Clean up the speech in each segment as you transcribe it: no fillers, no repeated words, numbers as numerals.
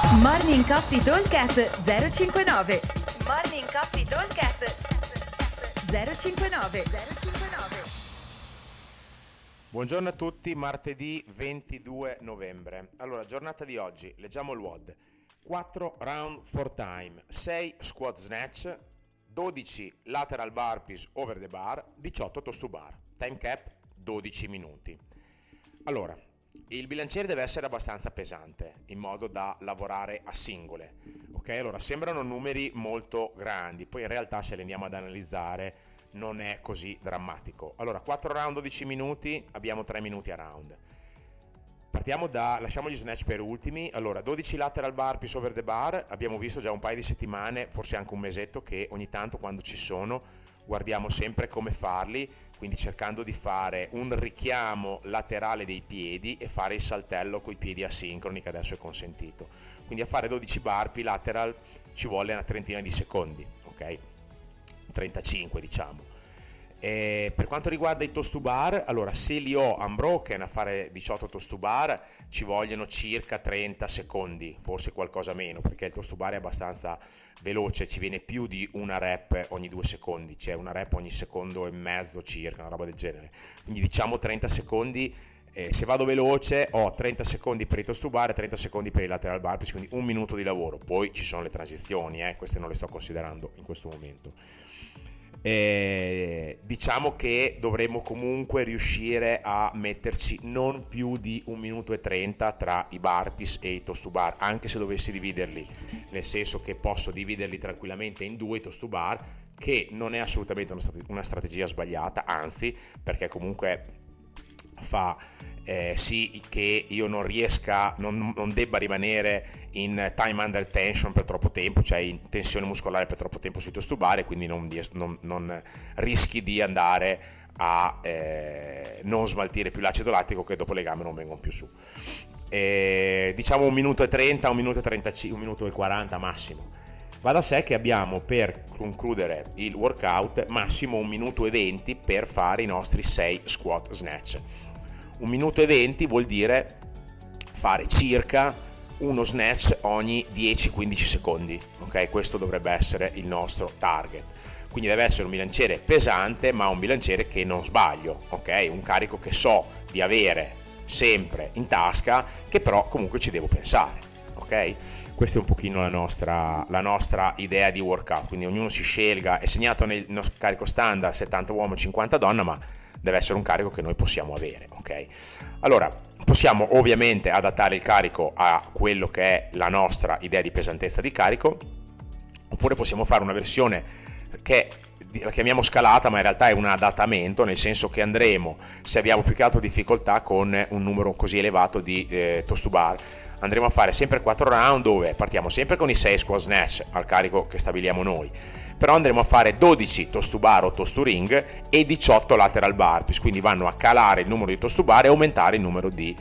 Morning Coffee Talkcast 059. Morning Coffee Talkcast 059. Buongiorno a tutti, martedì 22 novembre. Allora, giornata di oggi, leggiamo il WOD. 4 round for time, 6 squat snatch, 12 lateral burpees over the bar, 18 toes to bar. Time cap 12 minuti. Allora, il bilanciere deve essere abbastanza pesante in modo da lavorare a singole. Ok, allora sembrano numeri molto grandi, poi in realtà se li andiamo ad analizzare non è così drammatico. Allora, 4 round 12 minuti, abbiamo 3 minuti a round. Lasciamo gli snatch per ultimi. Allora, 12 lateral burpees over the bar, abbiamo visto già un paio di settimane, forse anche un mesetto, che ogni tanto quando ci sono guardiamo sempre come farli, quindi cercando di fare un richiamo laterale dei piedi e fare il saltello con i piedi asincroni, che adesso è consentito. Quindi a fare 12 burpee lateral ci vuole una trentina di secondi, ok? 35 diciamo. Per quanto riguarda i toes to bar, allora se li ho unbroken a fare 18 toes to bar ci vogliono circa 30 secondi, forse qualcosa meno, perché il toes to bar è abbastanza veloce, ci viene più di una rep ogni 2 secondi, cioè una rep ogni secondo e mezzo circa, una roba del genere, quindi diciamo 30 secondi. Se vado veloce ho 30 secondi per i toes to bar e 30 secondi per i lateral burpees, quindi un minuto di lavoro. Poi ci sono le transizioni, queste non le sto considerando in questo momento. Diciamo che dovremmo comunque riuscire a metterci non più di 1 minuto e 30 tra i burpees e i toes to bar, anche se dovessi dividerli, nel senso che posso dividerli tranquillamente in 2 i toes to bar, che non è assolutamente una strategia sbagliata, anzi, perché comunque fa sì che io non riesca, non debba rimanere in time under tension per troppo tempo, cioè in tensione muscolare per troppo tempo sui toes to bar, e quindi non rischi di andare a non smaltire più l'acido lattico, che dopo le gambe non vengono più su. Diciamo 1 minuto e 30, 1 minuto e 35, 1 minuto e 40 massimo. Va da sé che abbiamo, per concludere il workout, massimo 1 minuto e 20 per fare i nostri 6 squat snatch. 1 minuto e 20 vuol dire fare circa uno snatch ogni 10-15 secondi, ok? Questo dovrebbe essere il nostro target. Quindi deve essere un bilanciere pesante, ma un bilanciere che non sbaglio, ok? Un carico che so di avere sempre in tasca, che però comunque ci devo pensare, ok? Questa è un pochino la nostra idea di workout, quindi ognuno si scelga. È segnato nel nostro carico standard 70 uomo 50 donna, ma deve essere un carico che noi possiamo avere, ok? Allora, possiamo ovviamente adattare il carico a quello che è la nostra idea di pesantezza di carico, oppure possiamo fare una versione che la chiamiamo scalata, ma in realtà è un adattamento, nel senso che andremo, se abbiamo più che altro difficoltà con un numero così elevato di toes to bar, andremo a fare sempre 4 round, dove partiamo sempre con i 6 squat snatch al carico che stabiliamo noi, però andremo a fare 12 toes to bar o toes to ring e 18 lateral burpees, quindi vanno a calare il numero di toes to bar e aumentare il numero di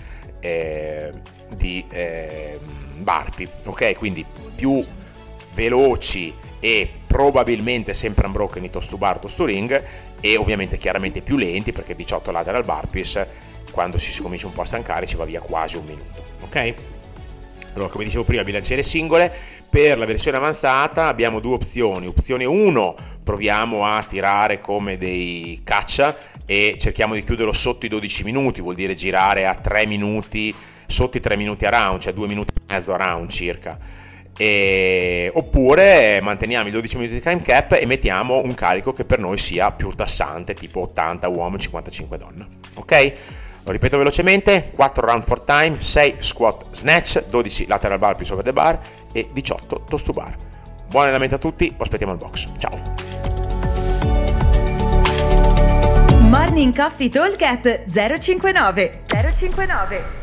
burpee, ok? Quindi più veloci e probabilmente sempre unbroken i toes to bar, toes to ring, e ovviamente chiaramente più lenti, perché 18 lateral burpees, quando si comincia un po' a stancare, ci va via quasi 1 minuto, ok? Allora, come dicevo prima, bilanciere singole. Per la versione avanzata abbiamo 2 opzioni. Opzione 1, proviamo a tirare come dei caccia e cerchiamo di chiuderlo sotto i 12 minuti, vuol dire girare a 3 minuti, sotto i 3 minuti a round, cioè 2 minuti e mezzo a round circa. Oppure manteniamo i 12 minuti di time cap e mettiamo un carico che per noi sia più tassante, tipo 80 uomo 55 donna, ok? Lo ripeto velocemente: 4 round for time, 6 squat snatch, 12 lateral burpees over the bar e 18 toes to bar. Buon allenamento a tutti, lo aspettiamo al box. Ciao! Morning Coffee Talk 059.